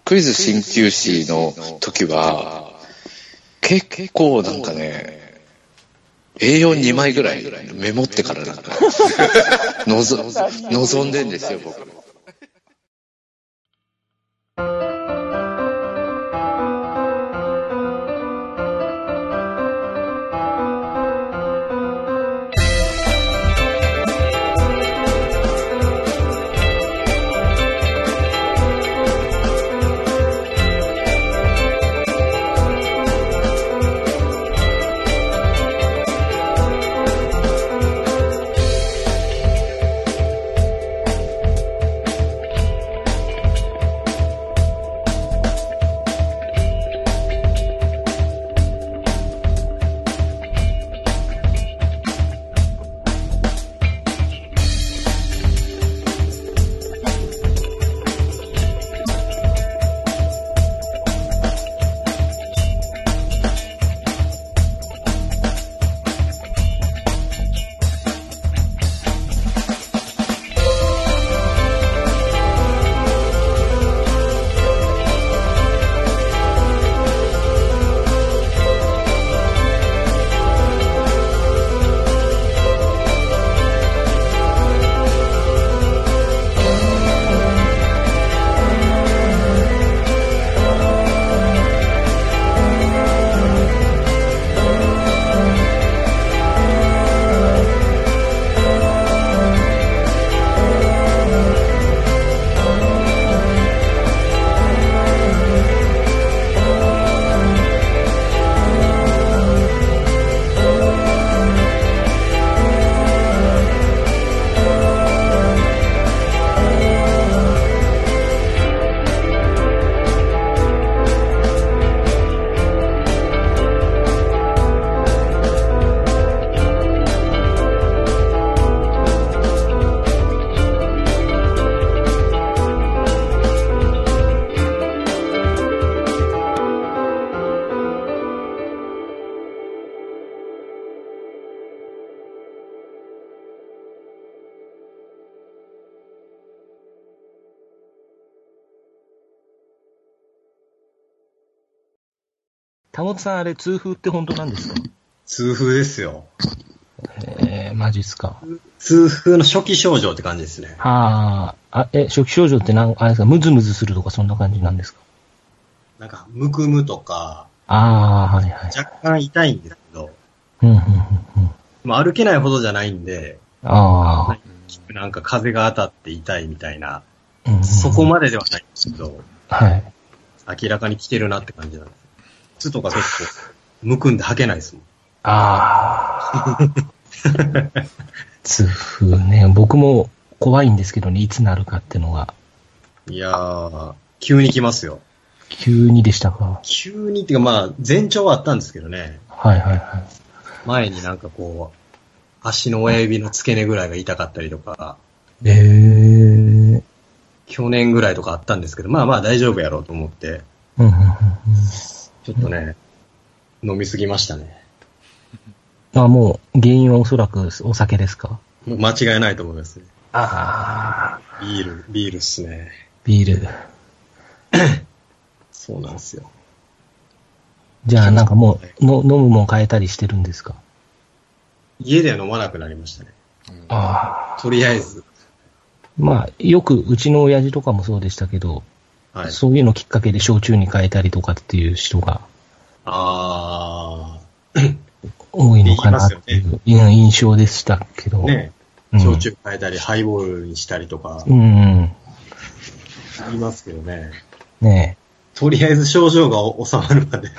クイズ鍼灸師の時は、結構なんかね、A4 2枚ぐらいメモってからなんか、望んでんですよ、僕。 田本さん、あれ、痛風って本当なんですか？ 痛風ですよ。 マジっすか。 痛風の初期症状って感じですね。 初期症状ってあれですか、ムズムズするとかそんな感じなんですか？ なんか、むくむとか、 はいはい。 若干痛いんですけど、まあ歩けないほどじゃないんで、なんか風が当たって痛いみたいな、そこまでではないんですけど、 はい。 明らかに来てるなって感じなんです。靴とか結構、むくんで履けないですもん。 痛風ね、僕も怖いんですけどね、いつなるかってのが。 いやー、急に来ますよ。 急にでしたか？ 急にっていうか、まあ、前兆はあったんですけどね。 はいはいはい。 前になんかこう、足の親指の付け根ぐらいが痛かったりとか、去年ぐらいとかあったんですけど、まあまあ大丈夫やろうと思って、ちょっとね、飲みすぎましたね。 もう、原因はおそらくお酒ですか？ もう間違いないと思いますね。ビールっすね。 ビール。 そうなんですよ。 じゃあなんかもう、飲むもん変えたりしてるんですか？ 家では飲まなくなりましたね。とりあえず。 まあ、よくうちの親父とかもそうでしたけど、はい、そういうのきっかけで焼酎に変えたりとかっていう人が、多いのかなっていう印象でしたけど。 ね、焼酎変えたり、ハイボールにしたりとか、言いますけどね。 ねえ。 とりあえず症状が収まるまで。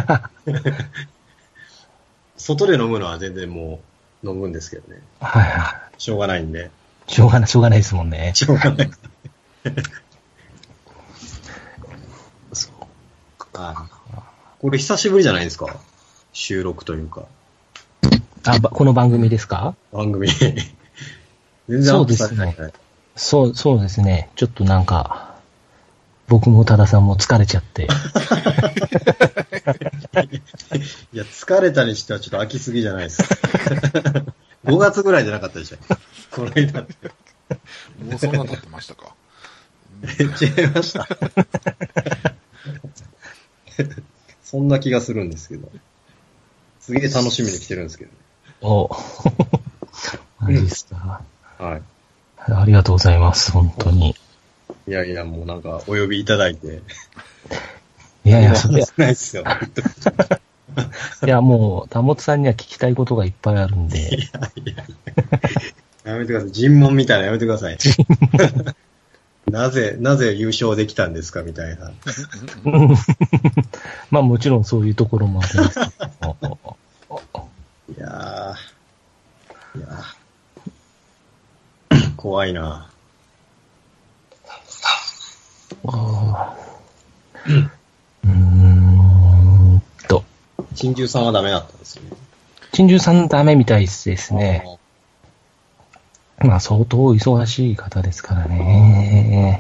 外で飲むのは全然もう飲むんですけどね。 はいはい。 しょうがないんで。 しょうがないですもんね。 しょうがない。そうか。これ久しぶりじゃないですか？収録というか。 この番組ですか？ 番組。全然アップされない。 そうですね。ちょっとなんか、僕も多田さんも疲れちゃって。 いや、疲れたにしてはちょっと飽きすぎじゃないですか。5月ぐらいじゃなかったでしょ。この間って。 もうそんな経ってましたか？ 違いました。 そんな気がするんですけど。すげえ楽しみに来てるんですけど。 おマジですか。 はい。 ありがとうございます、本当に。 いやいや、もうなんか、お呼びいただいて。 いやいや、それ。 ないっすよ。 いや、もう、たもつさんには聞きたいことがいっぱいあるんで。 いやいややめてください。尋問みたいなやめてください。なぜ優勝できたんですかみたいな。 まあもちろんそういうところもありますけど。 いや怖いな。珍獣さんはダメだったんですよね。 珍獣さんダメみたいですね。まあ相当忙しい方ですからね。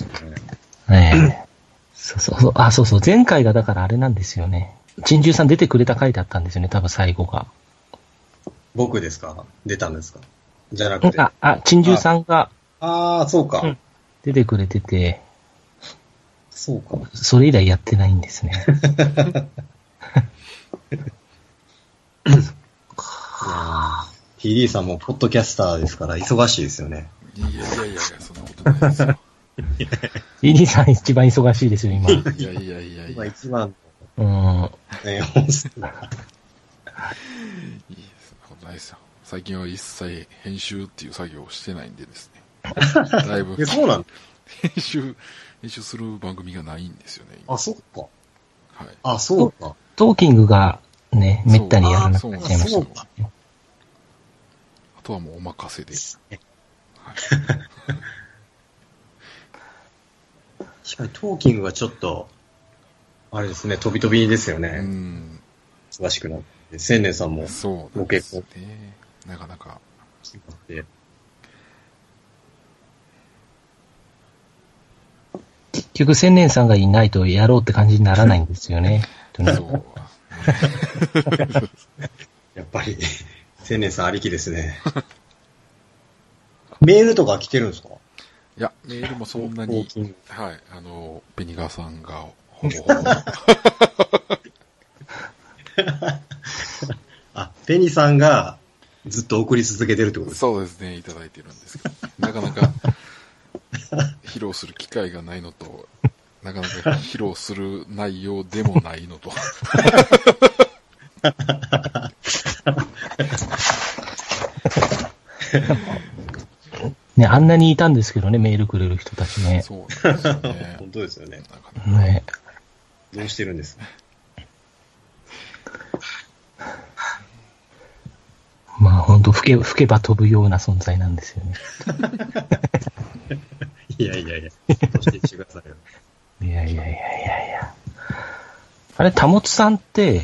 そうそう。あ、そうそう。前回がだからあれなんですよね。珍獣さん出てくれた回だったんですよね、多分最後が。 僕ですか？出たんですか？じゃなくて。 珍獣さんが。 そうか、 出てくれてて。 そうか。 それ以来やってないんですね。 TD さんもポッドキャスターですから忙しいですよね。 いや、そんなことないですよ。 TD さん一番忙しいですよ、今。 いや。 今一番の。 いいです。ないですよ。最近は一切編集っていう作業をしてないんでですね。だいぶ。 そうなんだ。 編集する番組がないんですよね。 そっか。 はい。 そうか。 トーキングがね、めったにやらなくなっちゃいました。 あとはもうお任せで。はい、 確かにトーキングがちょっと、あれですね、飛び飛びですよね。忙しくなって。千年さんも。 そうですね。なかなか。 結局千年さんがいないとやろうって感じにならないんですよね。 そう。 やっぱり、千年さんありきですね。メールとか来てるんですか？ いや、メールもそんなに、はい、ベニガーさんが、ほぼ。ベニさんがずっと送り続けてるってことですか？ そうですね、いただいてるんですけど、なかなか披露する機会がないのと、なかなか披露する内容でもないのと。 ね、あんなにいたんですけどね、メールくれる人たちね。 そうですよね。 本当ですよね。 ね。 どうしてるんですか？ まあ本当吹けば飛ぶような存在なんですよね。 いや。どうしてしてくださいよ。 いや。あれ、たもつさんって、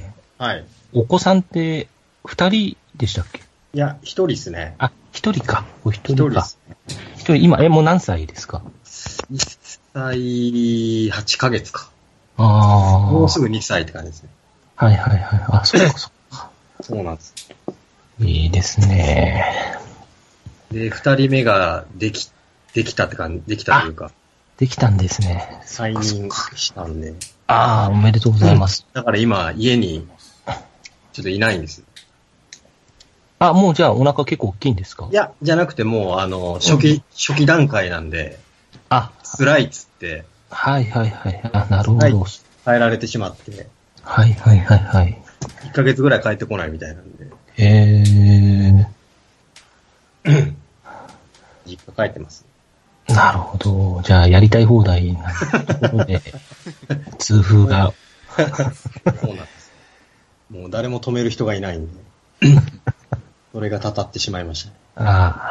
はい。 お子さんって2人でしたっけ？ いや、1人ですね。 1人か。お1人か。 1人ですね。 1人、今、もう何歳ですか ？1歳8ヶ月か。 もうすぐ2歳って感じですね。 はい。そうか。 そうなんです。 いいですね。 で、2人目ができたというか。 できたんですね。 再任したんで。 おめでとうございます。 だから今、家に、ちょっといないんです。 もうじゃあお腹結構大きいんですか？ いや、じゃなくてもう、初期段階なんで、辛いっつって。 はい。なるほど。 帰られてしまって。 はい。 1ヶ月ぐらい帰ってこないみたいなんで。実家帰ってます。 なるほど。じゃあやりたい放題なところで、痛風が。 そうなんです。もう誰も止める人がいないんで。それがたたってしまいました。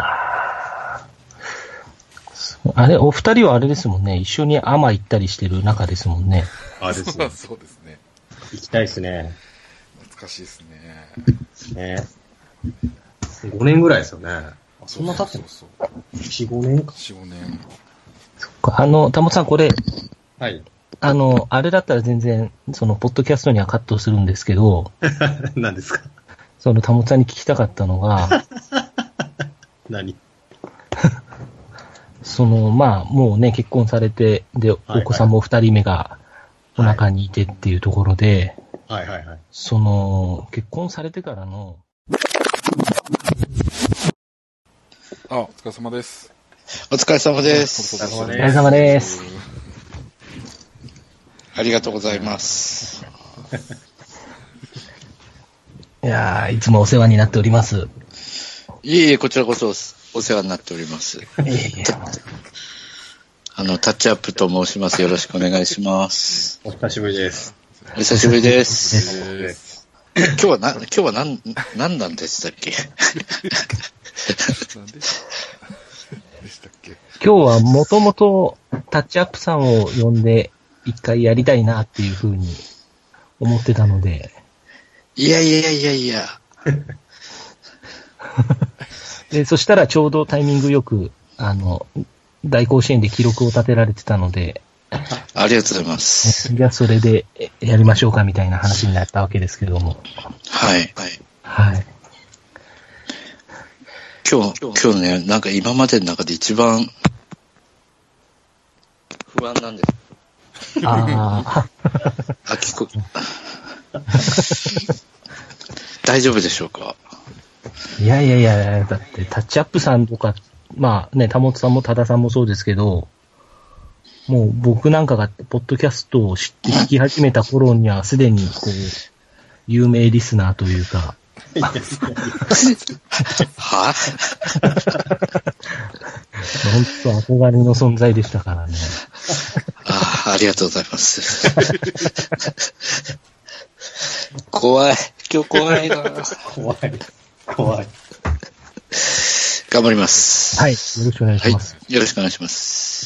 あれ、お二人はあれですもんね。一緒にアマ行ったりしてる仲ですもんね。 ですね。 そうですね。 行きたいですね。 懐かしいですね。 5年ぐらいですよね。そんな経ってます？ 4、5年か。 4、5年。 そっか。たもさんこれ。 はい。 あれだったら全然、ポッドキャストにはカットするんですけど。 何ですか？ たもさんに聞きたかったのが。 何？ もうね、結婚されて、で、お子さんも2人目がお腹にいてっていうところで、 はいはいはい。 結婚されてからの、 お疲れ様です。 お疲れ様です。 お疲れ様です。 ありがとうございます。 いやー、いつもお世話になっております。 いえいえ、こちらこそお世話になっております。タッチアップと申します。よろしくお願いします。 お久しぶりです。 お久しぶりです。今日は何なんでしたっけ？ 今日はもともとタッチアップさんを呼んで一回やりたいなっていうふうに思ってたので。 いや。 で、そしたらちょうどタイミングよく、大甲子園で記録を立てられてたので。 ありがとうございます。 じゃあそれでやりましょうかみたいな話になったわけですけども。 はい。今日ね、なんか今までの中で一番不安なんです。大丈夫でしょうか？ いや、だってタッチアップさんとか、まあね、田本さんも多田さんもそうですけど、もう僕なんかがポッドキャストを知って聞き始めた頃にはすでにこう、有名リスナーというか、 は本当憧れの存在でしたからね。 ありがとうございます。怖い。今日怖いな。 怖い。 頑張ります。 はい。よろしくお願いします。 はい、よろしくお願いします。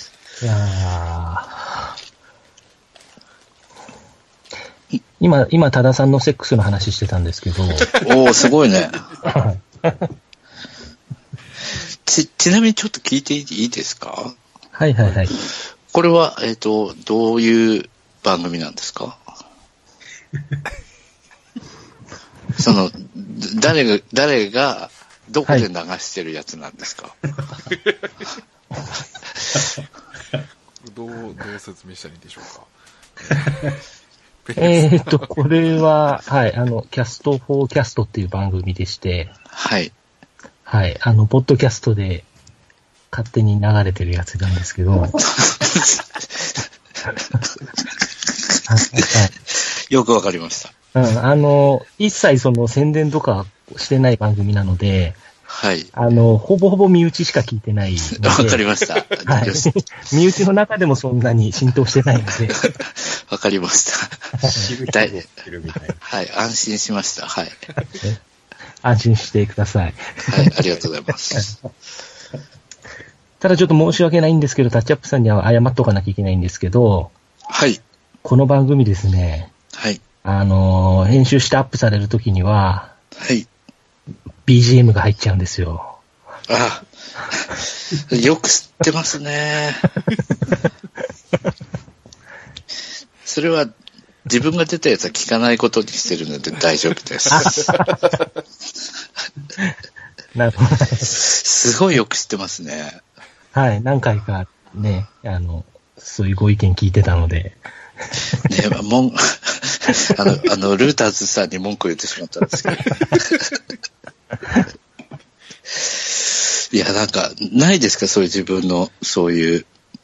いやー。今、多田さんのセックスの話してたんですけど。 おー、すごいね。ちなみにちょっと聞いていいですか？ はい。 これは、どういう番組なんですか？誰が、どこで流してるやつなんですか？ どう説明したらいいでしょうか。これは、はい、キャストフォーキャストっていう番組でして、 はい。 はい、ポッドキャストで勝手に流れてるやつなんですけど、 よくわかりました。 一切宣伝とかしてない番組なので、 はい。 ほぼ身内しか聞いてないので。 わかりました。 はい。身内の中でもそんなに浸透してないので。 わかりました。はい。安心しました。はい。 安心してください。 はい。ありがとうございます。 ただちょっと申し訳ないんですけど、タッチアップさんには謝っとかなきゃいけないんですけど、 はい。 この番組ですね。 はい。 編集してアップされるときには、 はい。 BGM が入っちゃうんですよ。 よく知ってますね。それは自分が出たやつは聞かないことにしてるので大丈夫です。 なるほど。 すごいよく知ってますね。 はい、何回かね、そういうご意見聞いてたので。 ね、ルーターズさんに文句を言ってしまったんですけど。いや、なんか、ないですか？そういう自分の、そういう、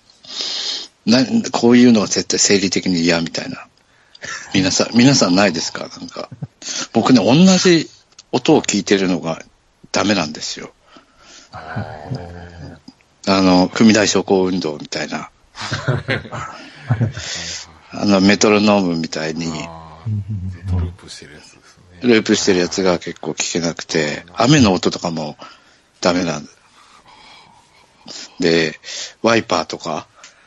こういうのは絶対生理的に嫌みたいな。皆さんないですか？なんか、僕ね、同じ音を聞いてるのがダメなんですよ。踏み台昇降運動みたいな。メトロノームみたいに、ループしてるやつですね。 ループしてるやつが結構聞けなくて、雨の音とかもダメなんで、ワイパーとか、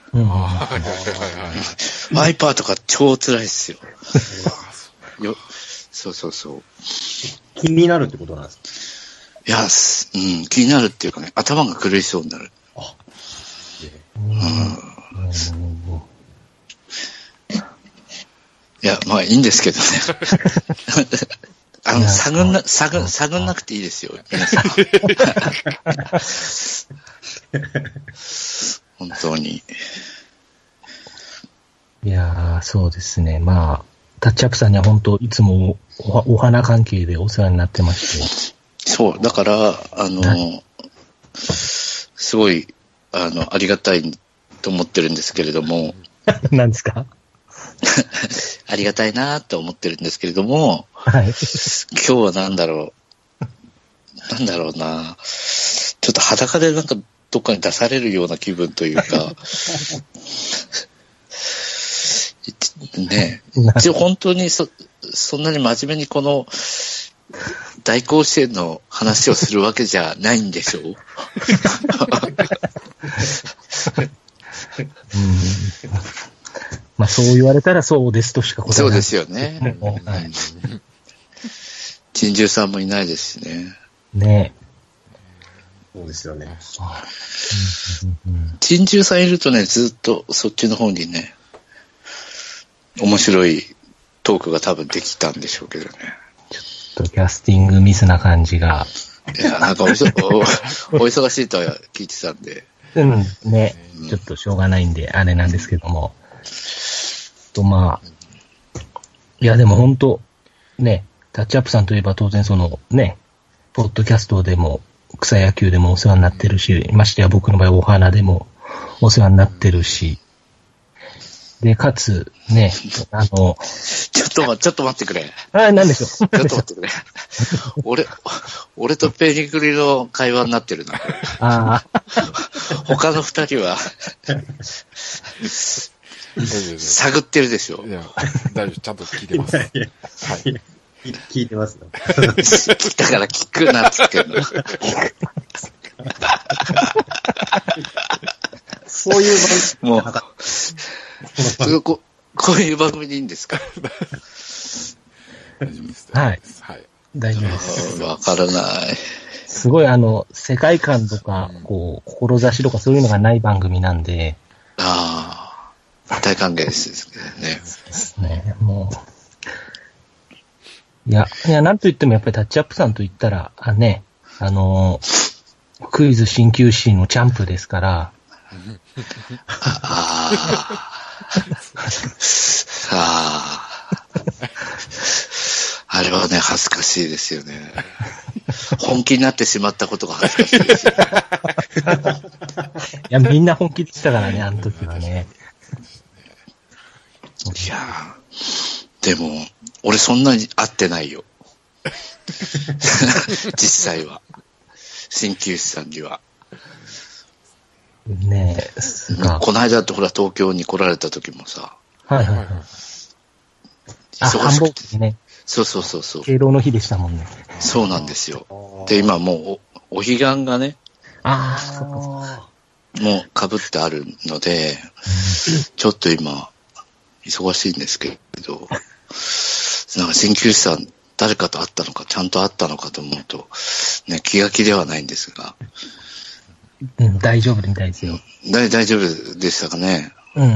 ワイパーとか超辛いっすよ。そう。 気になるってことなんですか？ いや、気になるっていうかね、頭が狂いそうになる。いや、まあいいんですけどね。探んなくていいですよ、皆さん。本当に。 いやー、そうですね。まあ、 タッチアップさんには本当いつもお花関係でお世話になってまして。 そう、だから、すごい、ありがたいと思ってるんですけれども。 何ですか？ ありがたいなと思ってるんですけれども、 はい、 今日はなんだろうな、ちょっと裸でなんかどっかに出されるような気分というか、ね、一応本当にそんなに真面目にこの大甲子園の話をするわけじゃないんでしょう。 まあそう言われたらそうですとしか答えない。 そうですよね。はい、珍獣さんもいないですしね。 ねえ。そうですよね。 珍獣さんいるとね、ずっとそっちの方にね、面白いトークが多分できたんでしょうけどね。 ちょっとキャスティングミスな感じが。 いや、なんかお忙しいとは聞いてたんで。 ね、ちょっとしょうがないんで、あれなんですけども。まあ、いやでも本当ね、タッチアップさんといえば当然そのね、ポッドキャストでも草野球でもお世話になってるし、ましてや僕の場合お花でもお世話になってるし、で、かつね、 ちょっと待ってくれ。 なんでしょう。 ちょっと待ってくれ。俺とペニクリの会話になってるな。他の二人は探ってるでしょ。 いや、大丈夫、ちゃんと聞いてます。はい。 聞いてますの。 だから聞くなって言ってんの。 そういう番組。もう、こういう番組でいいんですか？ 大丈夫です。 はい。大丈夫です。 わからない。 すごい世界観とか、志とかそういうのがない番組なんで。 大歓迎ですね。 そうですね。もう。いや、なんと言ってもやっぱりタッチアップさんと言ったら、クイズ鍼灸師のチャンプですから。 あれはね、恥ずかしいですよね。本気になってしまったことが恥ずかしいですよ。 いや、みんな本気でしたからね、あの時はね。 いやでも、俺そんなに会ってないよ。実際は。鍼灸師さんには。 ねえ、 この間ってほら東京に来られた時もさ。 はいはいはい。 忙しくてね。 そう。 敬老の日でしたもんね。 そうなんですよ。で、今もうお彼岸がね。もう被ってあるので、ちょっと今、忙しいんですけど、なんか鍼灸師さん誰かと会ったのか、ちゃんと会ったのかと思うと、ね、気が気ではないんですが。 大丈夫みたいですよ。 大丈夫でしたかね。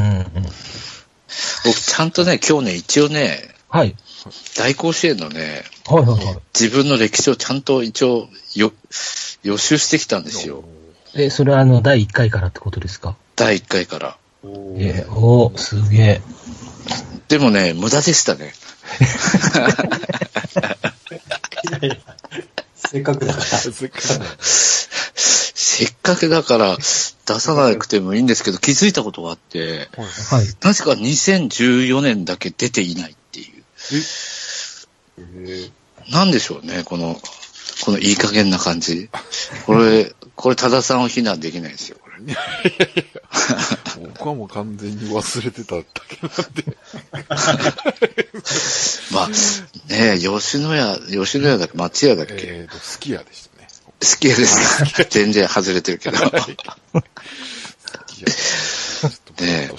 僕ちゃんとね、今日ね、一応ね、 はい。 大甲子園のね、 自分の歴史をちゃんと一応予習してきたんですよ。 それは第1回からってことですか？ 第1回から。 すげえ。 でもね、無駄でしたね。 せっかくだから。 せっかくだから出さなくてもいいんですけど、気づいたことがあって、なぜか2014年だけ出ていないっていう。なんでしょうね、このいい加減な感じ。これ、多田さんを非難できないですよ、これ。 僕はもう完全に忘れてただけなんで。 まあ、ねえ、吉野家だっけ、松屋だっけ。 すき家でしたね。 すき家ですか。全然外れてるけど。ねえ。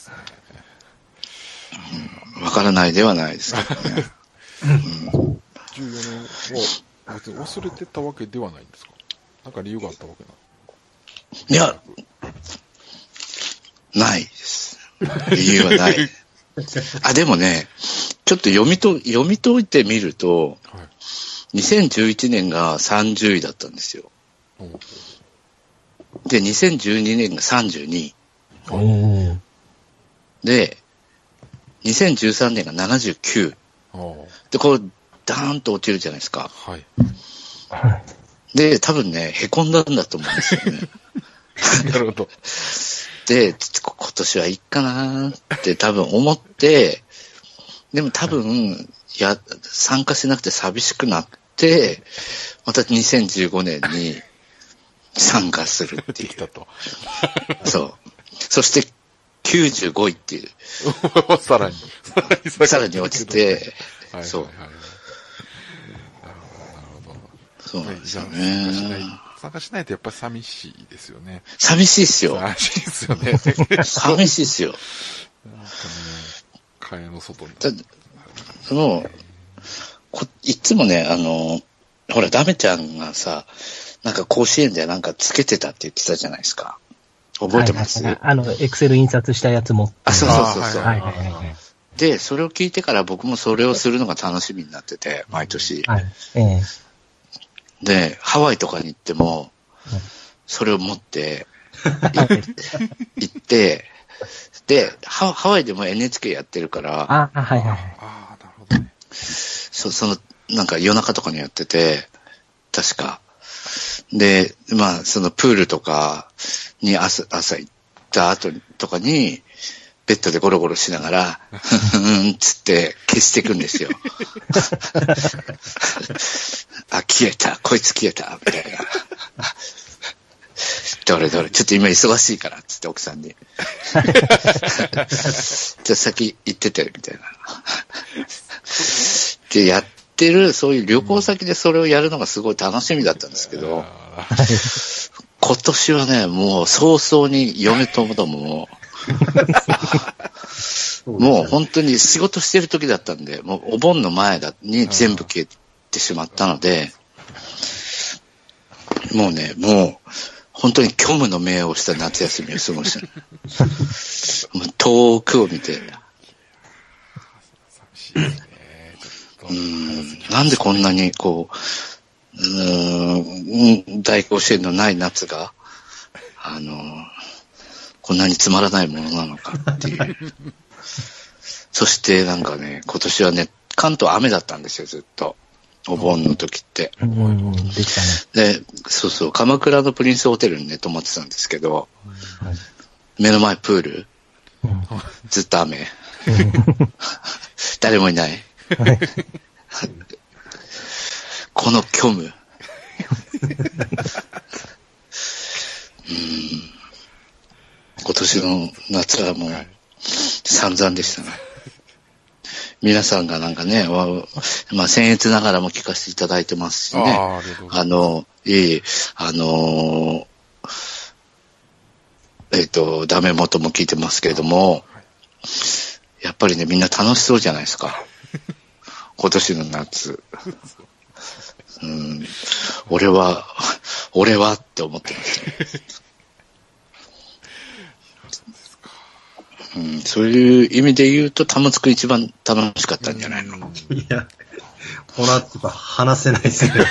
わからないではないですけどね。 14年は別に忘れてたわけではないんですか？なんか理由があったわけいや、ないです。理由はない。でもね、ちょっと読み解いてみると、2011年が30位だったんですよ。で、2012年が32位。で、 2013年が79。で、こう、ダーンと落ちるじゃないですか。 はい。 で、多分ね、凹んだんだと思うんですよね。 なるほど。 で、今年はいいかなって多分思って、でも多分、参加しなくて寂しくなって、また2015年に参加するっていう。そう。そして、95位っていう。 さらに落ちて、そう。なるほど。 そうなんですよね。 参加しないとやっぱり寂しいですよね。 寂しいっすよ。 寂しいっすよね。 寂しいっすよ。 なんかね、蚊帳の外に。 いつもね、ほら、ダメちゃんがさ、なんか甲子園でなんかつけてたって言ってたじゃないですか。覚えてます？ エクセル印刷したやつも。 そう。で、それを聞いてから僕もそれをするのが楽しみになってて、毎年。で、ハワイとかに行っても、それを持って行って、で、ハワイでも NHK やってるから、 なるほどね。 なんか夜中とかにやってて、確か。で、まあ、そのプールとかに朝行った後とかに、ベッドでゴロゴロしながら、つって消していくんですよ。あ、消えた、こいつ消えた、みたいな。どれ、ちょっと今忙しいから、つって奥さんに。じゃあ先行ってて、みたいな。で、やってる、そういう旅行先でそれをやるのがすごい楽しみだったんですけど、今年はね、もう早々に嫁ともどももう本当に仕事してる時だったんで、もうお盆の前に全部消えてしまったので、もう本当に虚無の目をした夏休みを過ごした。もう遠くを見て。なんでこんなに大甲子園のない夏が、こんなにつまらないものなのかっていう。そしてなんかね、今年はね、関東雨だったんですよ、ずっと。お盆の時って。 できたね。で、そう、鎌倉のプリンスホテルにね、泊まってたんですけど、目の前プール、ずっと雨。誰もいない。この虚無。今年の夏はもう散々でしたね。皆さんがなんかね、まあ僭越ながらも聞かせていただいてますしね。ダメ元も聞いてますけれども、やっぱりね、みんな楽しそうじゃないですか。今年の夏。俺はって思ってました。そういう意味で言うと、たまつく一番楽しかったんじゃないの？ いや、この後と話せないですね。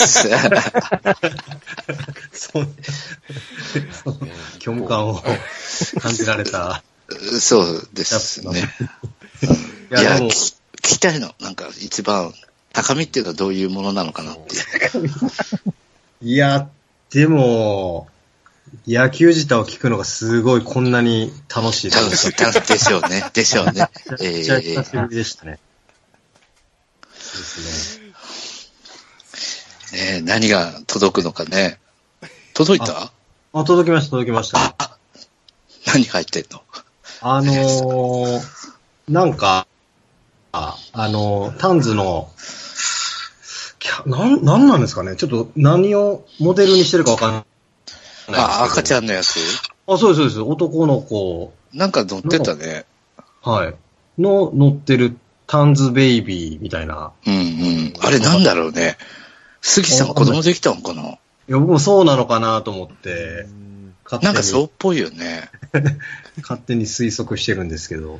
虚無感を感じられた。 そうですね。いや、聞きたいの。なんか一番、高みっていうのはどういうものなのかなっていう。 いや、でも、野球自体を聞くのがすごいこんなに楽しいでしょうね。 めっちゃ久しぶりでしたね。ですね。何が届くのかね。届いた？ 届きました。 何入ってんの？ なんか、タンズの、なんなんですかね。ちょっと何をモデルにしてるかわかんない。 赤ちゃんのやつ？ そうです。男の子。 なんか乗ってたね。 はい。乗ってるタンズベイビーみたいな。 あれなんだろうね。杉さん子供できたのかな？いや、僕もそうなのかなと思って、 なんかそうっぽいよね。 勝手に推測してるんですけど。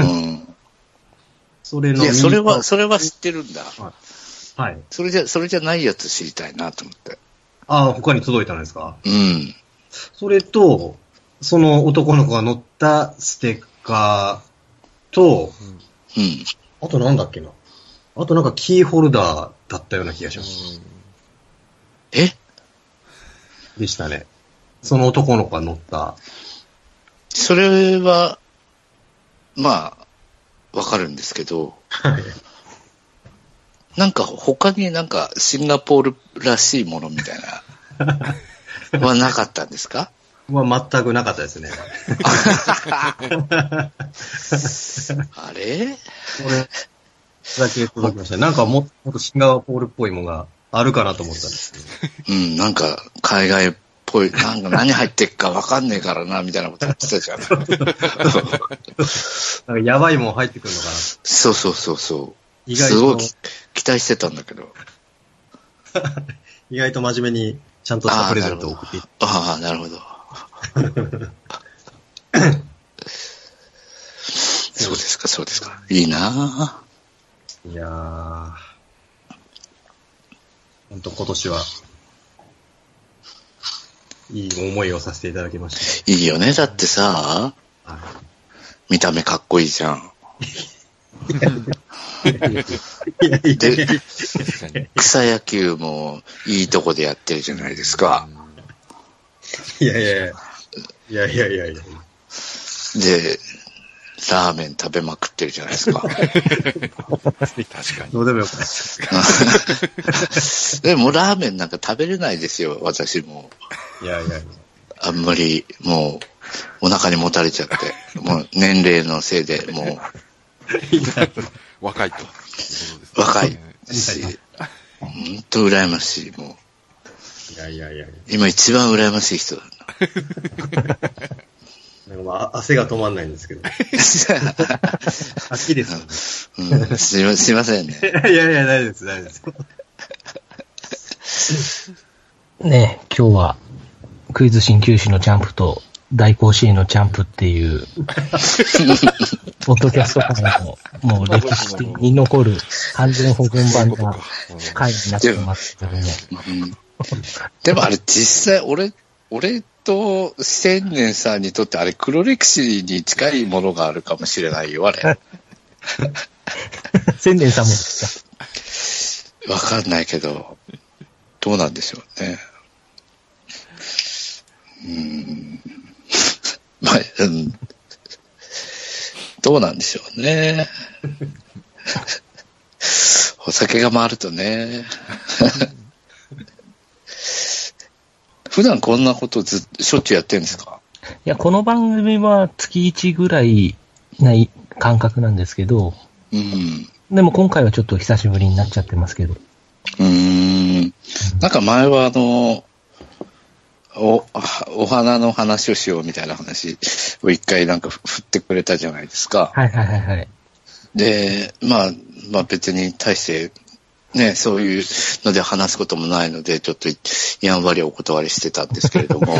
それは知ってるんだ。 はい。 それじゃないやつ知りたいなと思って。 他に届いたんですか？それと、その男の子が乗ったステッカと、 うん。 あとなんだっけな。あとなんかキーホルダーだったような気がします。 え？ でしたね。その男の子が乗った。 それは、まあ、わかるんですけど、 はい。 なんか他になんかシンガポールらしいものみたいな、はなかったんですか？ は全くなかったですね。 あれ？ これだけ届きました。なんかもっとシンガポールっぽいものがあるかなと思ったんですけど。 うん、なんか海外っぽい、なんか何入ってっかわかんねえからな、みたいなこと言ってたじゃん。 なんかやばいもん入ってくるのかな。 そうそうそうそう。 意外とすごい期待してたんだけど。 意外と真面目にちゃんとしたプレゼントを送っていた。 ああ、なるほど。そうですか、そうですか。いいなぁ。 いやー、ほんと今年は、いい思いをさせていただきました。 いいよね。だってさ、 はい、 見た目かっこいいじゃん。で、草野球もいいとこでやってるじゃないですか。 いやいやいや。いや。で、 ラーメン食べまくってるじゃないですか。確かに。 どうでもよくない。 でもラーメンなんか食べれないですよ、私も。 いや。 あんまりもうお腹にもたれちゃって、もう年齢のせいでもう。 若いと。 若いし、ほんと羨ましい、もう。いや。 今一番羨ましい人だな。 なんか汗が止まんないんですけど。秋ですよね。 うん、すいませんね。 いや、大丈夫です。 ね、今日はクイズ鍼灸師のジャンプと大甲子園のジャンプっていう、ポッドキャスト界のもう歴史的に残る完全保存版が回になってますけどね。 でもあれ実際俺と千年さんにとってあれ黒歴史に近いものがあるかもしれないよ、あれ。 千年さんもですか？わかんないけど、どうなんでしょうね。まあ、どうなんでしょうね。お酒が回るとね。普段こんなことしょっちゅうやってるんですか？ いや、この番組は月1ぐらいない感覚なんですけど、でも今回はちょっと久しぶりになっちゃってますけど。 なんか前はお花の話をしようみたいな話を一回なんか振ってくれたじゃないですか。 はい。 で、まあ別に対してね、そういうので話すこともないので、ちょっとやんわりお断りしてたんですけれども。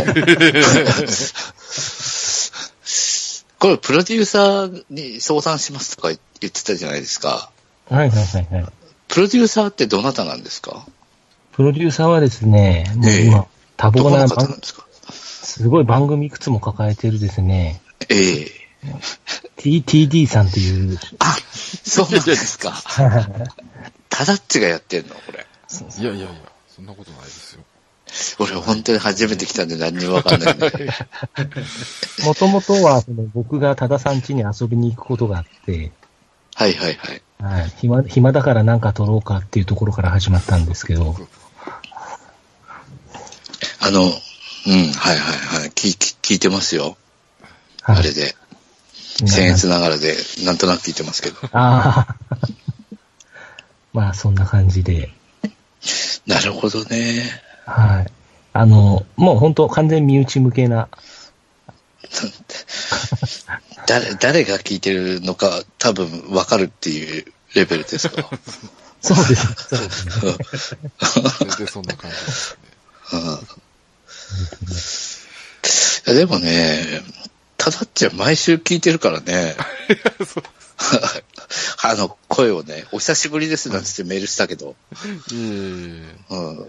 これプロデューサーに相談しますとか言ってたじゃないですか。 はい。 プロデューサーってどなたなんですか？ プロデューサーはですね、もう今、多忙な方なんですか？ すごい番組いくつも抱えてるですね。 TD さんっていう。 あ、そうなんですか。タダッチがやってんのこれ。 いや、そんなことないですよ。 俺本当に初めて来たんで何にもわかんないんだけど。 もともとは僕が多田さん家に遊びに行くことがあって。 はい。 暇だからなんか撮ろうかっていうところから始まったんですけど。 はい。聞いてますよ。はい、あれで。僭越ながらで、なんとなく聞いてますけど。 ああ。まあ、そんな感じで。 なるほどね。 はい。もう本当完全身内向けな。 誰が聞いてるのか多分分かるっていうレベルですか？ そうですね。 全然そんな感じですね。でもね、ただっちゃ毎週聞いてるからね。声をね、お久しぶりですなんてメールしたけど。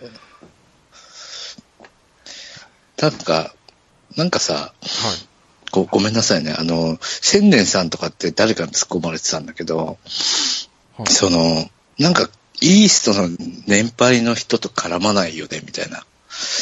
なんかさ、 ごめんなさいね。千年さんとかって誰かに突っ込まれてたんだけど、はい、なんか、イーストの年配の人と絡まないよね、みたいな。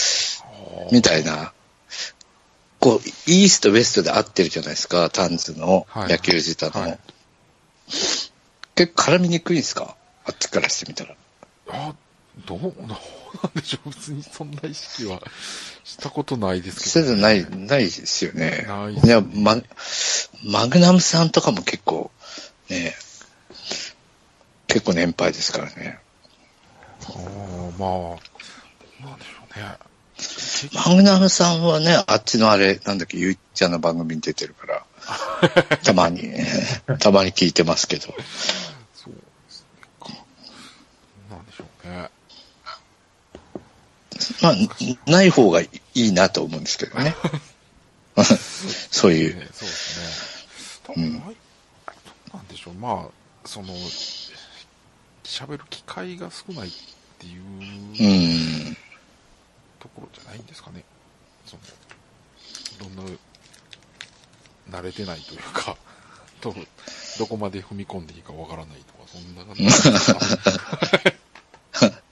こう、イースト、ウェストで合ってるじゃないですか、タンズの野球自体の。はいはい、結構絡みにくいんですか？あっちからしてみたら。 どうなんでしょう。別にそんな意識はしたことないですけど、 ね。ないですよね。いや、マグナムさんとかも結構、ね、結構年配ですからね。 まあ、なんでしょうね。 マグナムさんはね、あっちのあれ、なんだっけ、ゆいちゃんの番組に出てるから、たまに聞いてますけど。そうですね。 なんでしょうね。 まあ、ない方がいいなと思うんですけどね。そういう。 そうですね。多分なんでしょう。まあ、喋る機会が少ないっていう、ところじゃないんですかね。慣れてないというか、どこまで踏み込んでいいかわからないとか、そんな感じですか。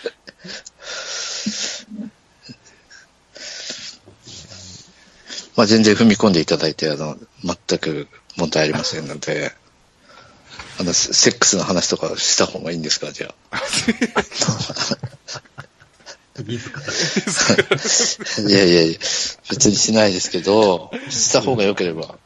まあ全然踏み込んでいただいて、全く問題ありませんので、セックスの話とかした方がいいんですか、じゃあ。いや、別にしないですけど、した方が良ければ。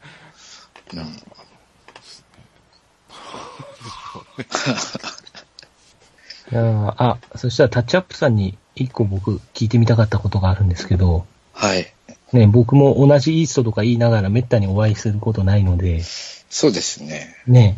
そしたらタッチアップさんに一個僕聞いてみたかったことがあるんですけど、 はい。 ね、僕も同じイーストとか言いながらめったにお会いすることないので、 そうですね。 ね、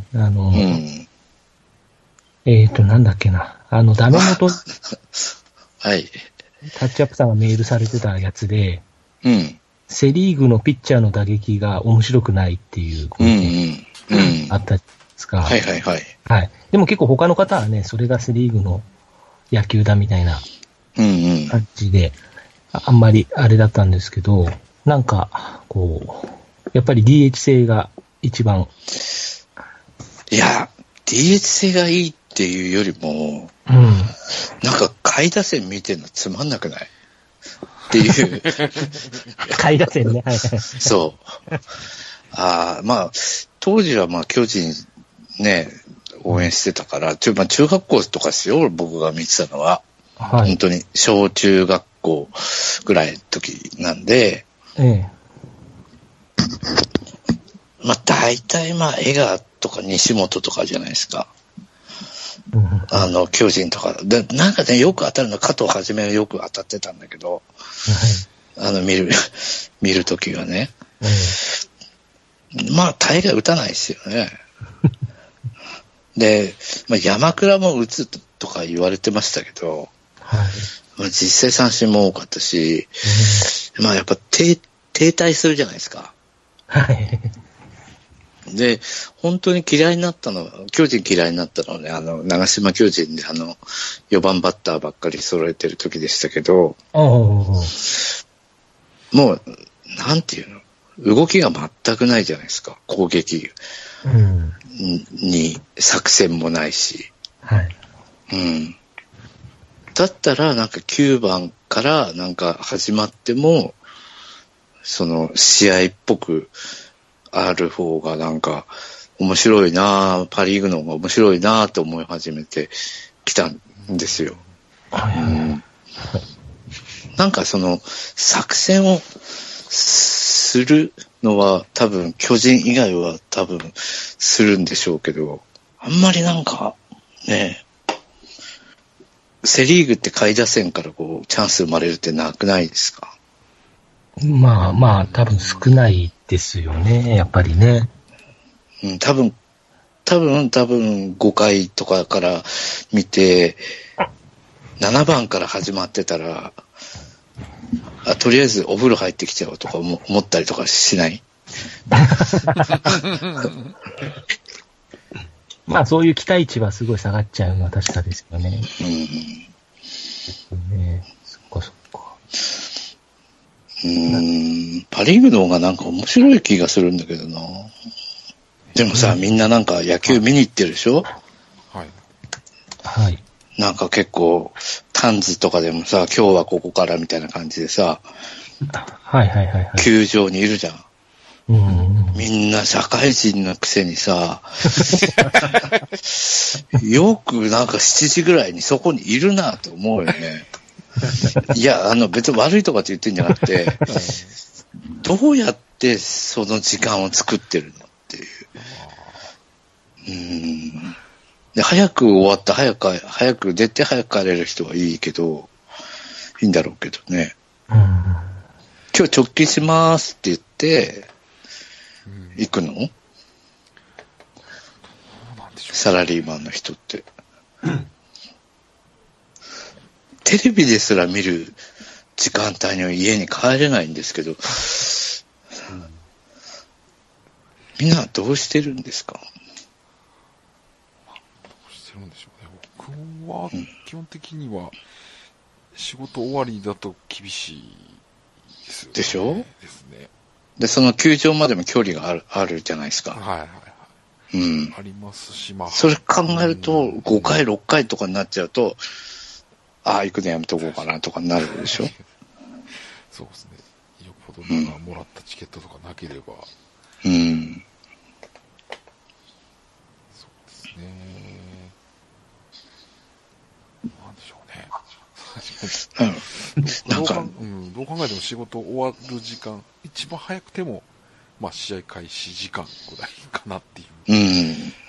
なんだっけな、ダメ元、 はい。 タッチアップさんがメールされてたやつで、セリーグのピッチャーの打撃が面白くないっていうことがあったじゃないですか。 はい。 はい。でも結構他の方はね、それがセリーグの野球だみたいな感じで、あんまりあれだったんですけど、なんか、こう、やっぱり DH 性が一番。 いや、DH 性がいいっていうよりも、なんか下位打線見てるのつまんなくないっていう。 下位打線ね。はい。 そう。まあ、当時はまあ巨人ね、応援してたから、中学校とかですよ、僕が見てたのは。はい、本当に小中学校ぐらいの時なんで、まあ大体まあ江川とか西本とかじゃないですか。巨人とかで、なんかね、よく当たるの、加藤はじめはよく当たってたんだけど、見るときはね、まあ大概打たないですよね。で、まあ、山倉も打つとか言われてましたけど、まあ、実際三振も多かったし、まあやっぱ停滞するじゃないですか。で、本当に嫌いになったのは、巨人嫌いになったのはね、長島巨人で4番バッターばっかり揃えてる時でしたけど、もう、なんていうの、動きが全くないじゃないですか、攻撃に作戦もないし。だったら、なんか9番からなんか始まっても、試合っぽく、ある方がなんか面白いなぁ、パリーグの方が面白いなぁと思い始めてきたんですよ。なんか作戦をするのは多分巨人以外は多分するんでしょうけど、あんまりなんかね、セリーグって下位打線からこうチャンス生まれるってなくないですか？ まあ多分少ないですよね、やっぱりね。 多分5回とかから見て、7番から始まってたら、とりあえずお風呂入ってきちゃおうとか思ったりとかしない？ まあそういう期待値はすごい下がっちゃうのは確かですよね。 そっか。 パリーグの方がなんか面白い気がするんだけどな。でもさ、みんななんか野球見に行ってるでしょ？ はい。 はい。 なんか結構、タンズとかでもさ、今日はここからみたいな感じでさ、 はいはいはい、はい。 球場にいるじゃん。みんな社会人のくせにさ、よくなんか7時ぐらいにそこにいるなと思うよね。いや、別に悪いとかって言ってんじゃなくて、どうやってその時間を作ってるのっていう。で、早く終わった、早く出て早く帰れる人はいいけど、いいんだろうけどね。今日直帰しますって言って、行くの？サラリーマンの人って。テレビですら見る時間帯には家に帰れないんですけど、みんなどうしてるんですか？ どうしてるんでしょうね。僕は基本的には仕事終わりだと厳しいですよね。 でしょ？ ですね。 で、その球場までも距離があるじゃないですか。 はいはいはい。ありますし、まあ。 それ考えると、5回、6回とかになっちゃうと、行くのやめとこうかなとかになるでしょ？ そうですね。よっぽどなんかもらったチケットとかなければ。そうですね。なんでしょうね。どう考えても仕事終わる時間、一番早くても、まあ試合開始時間ぐらいかなっていう感じです。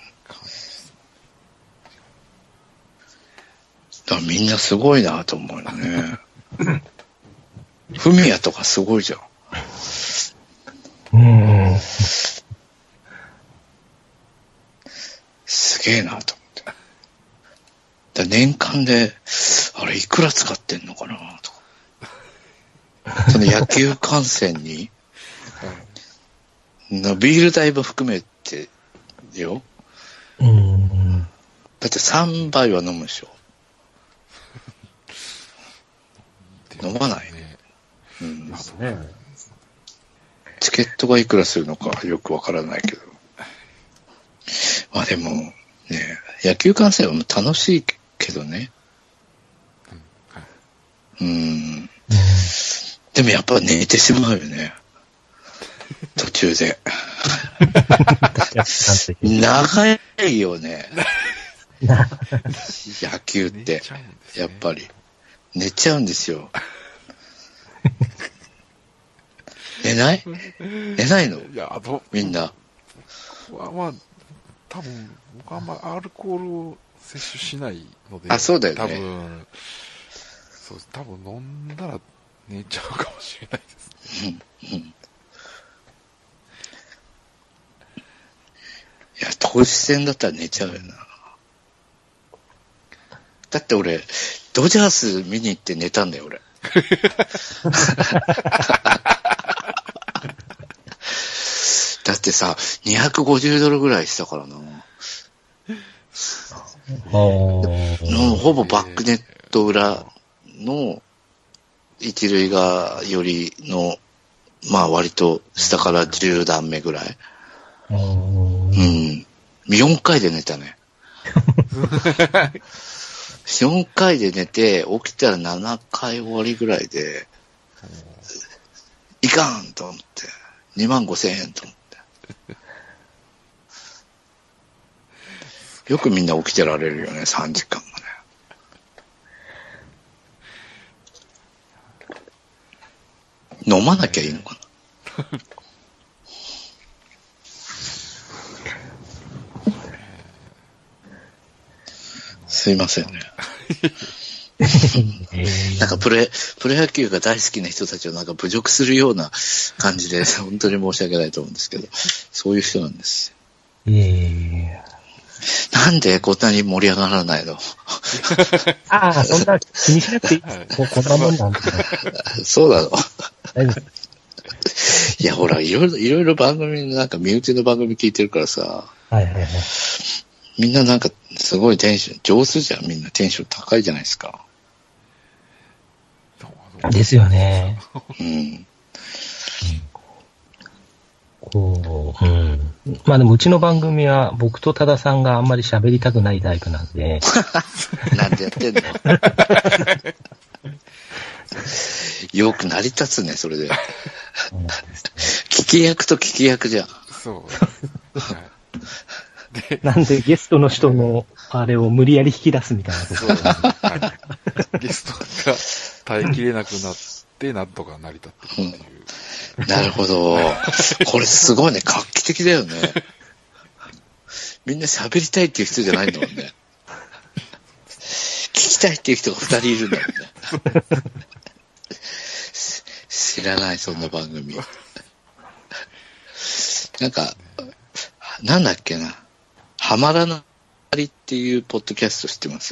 だからみんなすごいなと思うよね。フミヤとかすごいじゃん。すげえなと思って。だ年間で、あれいくら使ってんのかなとか。その野球観戦に、ビール代も含めてよ。だって3杯は飲むでしょ。飲まないね。チケットがいくらするのかよくわからないけど。まあでも、ね、野球観戦は楽しいけどね。でもやっぱ寝てしまうよね。途中で。長いよね。野球って。やっぱり。寝ちゃうんですよ。寝ないの？ いや、 みんな。 まあ、多分、僕はあんまアルコールを摂取しないので。 そうだよね。 多分飲んだら寝ちゃうかもしれないですね。 いや、投手戦だったら寝ちゃうよな。だって俺、ドジャース見に行って寝たんだよ、俺。だってさ、$250ぐらいしたからな。ほぼバックネット裏の一塁側よりの、まあ割と下から10段目ぐらい。4回で寝たね。4回で寝て、起きたら7回終わりぐらいで、いかんと思って、25,000円と思って。よくみんな起きてられるよね、3時間もね。飲まなきゃいいのかな。すいませんね。なんかプロ野球が大好きな人たちをなんか侮辱するような感じで本当に申し訳ないと思うんですけど、そういう人なんです。なんでこんなに盛り上がらないの？ そんな気にしなくていい。こんなもんなんだ。 そうなの。いやほらいろいろ番組なんか身内の番組聞いてるからさ。みんななんかすごいテンション上手じゃん。みんなテンション高いじゃないですか。 ですよね。 まあでもうちの番組は僕と多田さんがあんまり喋りたくないタイプなんで。 なんでやってんのよく成り立つね、それで。聞き役と聞き役じゃん。 そう。 なんでゲストの人のあれを無理やり引き出すみたいなところ、 はい。ゲストが耐えきれなくなってなんとか成り立ってるっていう。 なるほど。これすごいね、画期的だよね。みんな喋りたいっていう人じゃないんだもんね。聞きたいっていう人が2人いるんだもんね。知らない、そんな番組。なんか、なんだっけな。はまらないっていうポッドキャスト知ってます？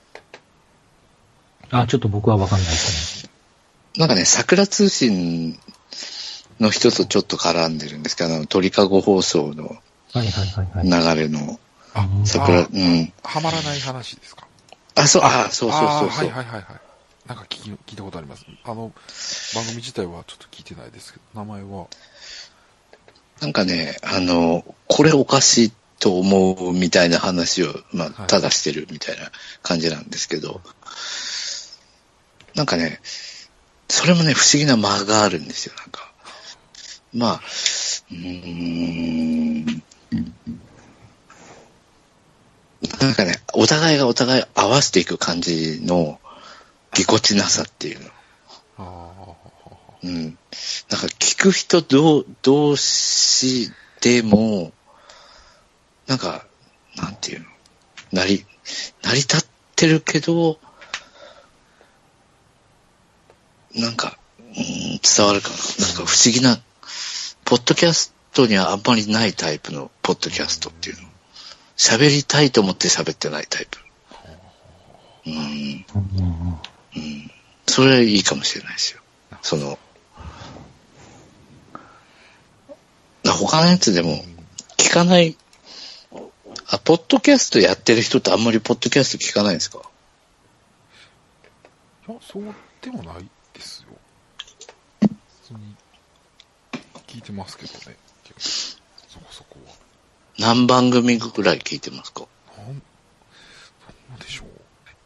ちょっと僕はわかんないですね。 なんかね、桜通信の人とちょっと絡んでるんですけど、鳥かご放送の流れの桜、 はまらない話ですか？ そうそう。 はい。なんか聞いたことあります。番組自体はちょっと聞いてないですけど、名前は。 なんかね、これおかしいと思うみたいな話を、ただしてるみたいな感じなんですけど、なんかね、それもね、不思議な間があるんですよ、なんか。なんかね、お互いがお互い合わせていく感じのぎこちなさっていうの。なんか聞く人同士でも、なんか、なんていうの、成り立ってるけど、なんか、伝わるかな。なんか不思議な、ポッドキャストにはあんまりないタイプのポッドキャストっていうの。喋りたいと思って喋ってないタイプ。それはいいかもしれないですよ。他のやつでも聞かない、ポッドキャストやってる人ってあんまりポッドキャスト聞かないんですか？ いや、そうでもないですよ。普通に聞いてますけどね。そこそこは。 何番組ぐらい聞いてますか？ なんでしょう。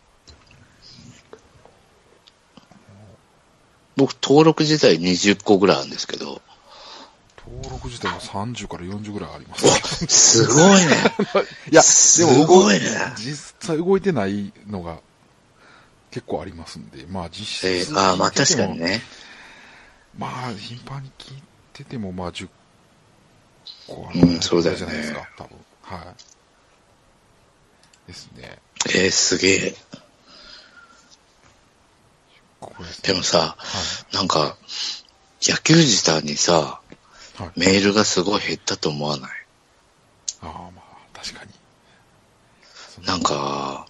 僕登録自体20個ぐらいあるんですけど。 登録自体は30から40ぐらいあります、ね。 すごいね。 いや、 でも動いね。 実際動いてないのが結構ありますんで、実質。 確かにね。 頻繁に聞いてても10個あるそうだよね。 じゃないですか、多分。はい。ですね。 すげえ。でもさ、なんか、野球自体にさ、メールがすごい減ったと思わない？ 確かに。 なんか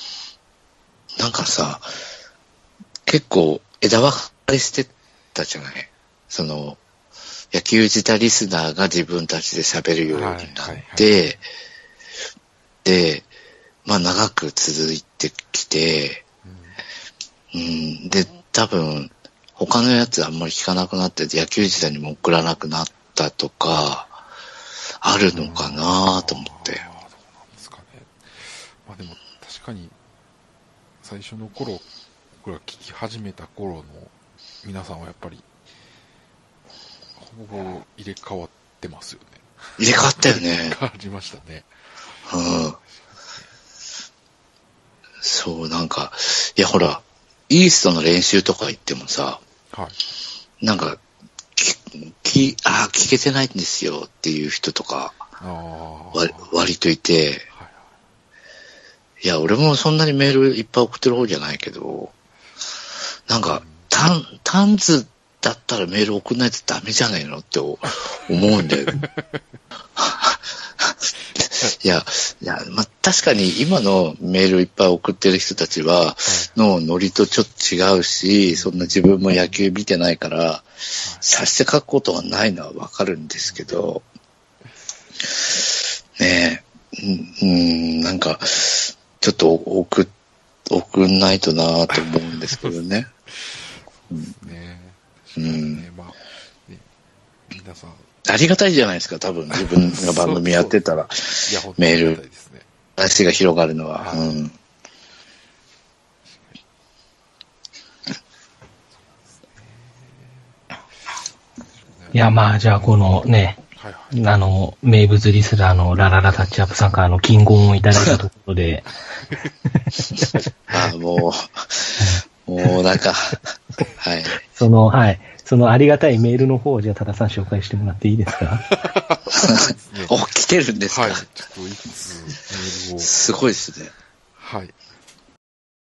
さ、結構枝分かれしてたじゃない？野球自体リスナーが自分たちで喋るようになって、で、長く続いてきて、で、多分、他のやつあんまり聞かなくなって、野球自体にも送らなくなったとか、あるのかなと思って。 どうなんですかね。でも確かに、最初の頃、僕ら聞き始めた頃の皆さんはやっぱり、ほぼ入れ替わってますよね。 入れ替わったよね。 変わりましたね。 そう、なんか、いやほら、イーストの練習とか行ってもさ、なんか、聞けてないんですよっていう人とか、割といて、いや、俺もそんなにメールいっぱい送ってる方じゃないけど、なんか、タンズだったらメール送んないとダメじゃないのって思うんだよ。いや、確かに今のメールいっぱい送ってる人たちは、のノリとちょっと違うし、そんな自分も野球見てないから、さして書くことはないのはわかるんですけど、ねえ、なんか、ちょっと送んないとなと思うんですけどね。 皆さん。 ありがたいじゃないですか、多分自分が番組やってたら、メール、話が広がるのは。うん。 いや、まあ、じゃあ、このね、はいはい、名物リスナーのラララタッチアップさんから金言をいただいたところで。 もうなんか、はい。 はい。そのありがたいメールの方を、じゃあ、多田さん紹介してもらっていいですか？ お、来てるんですか？ はい。ちょっといくつメールを。 すごいですね。 はい。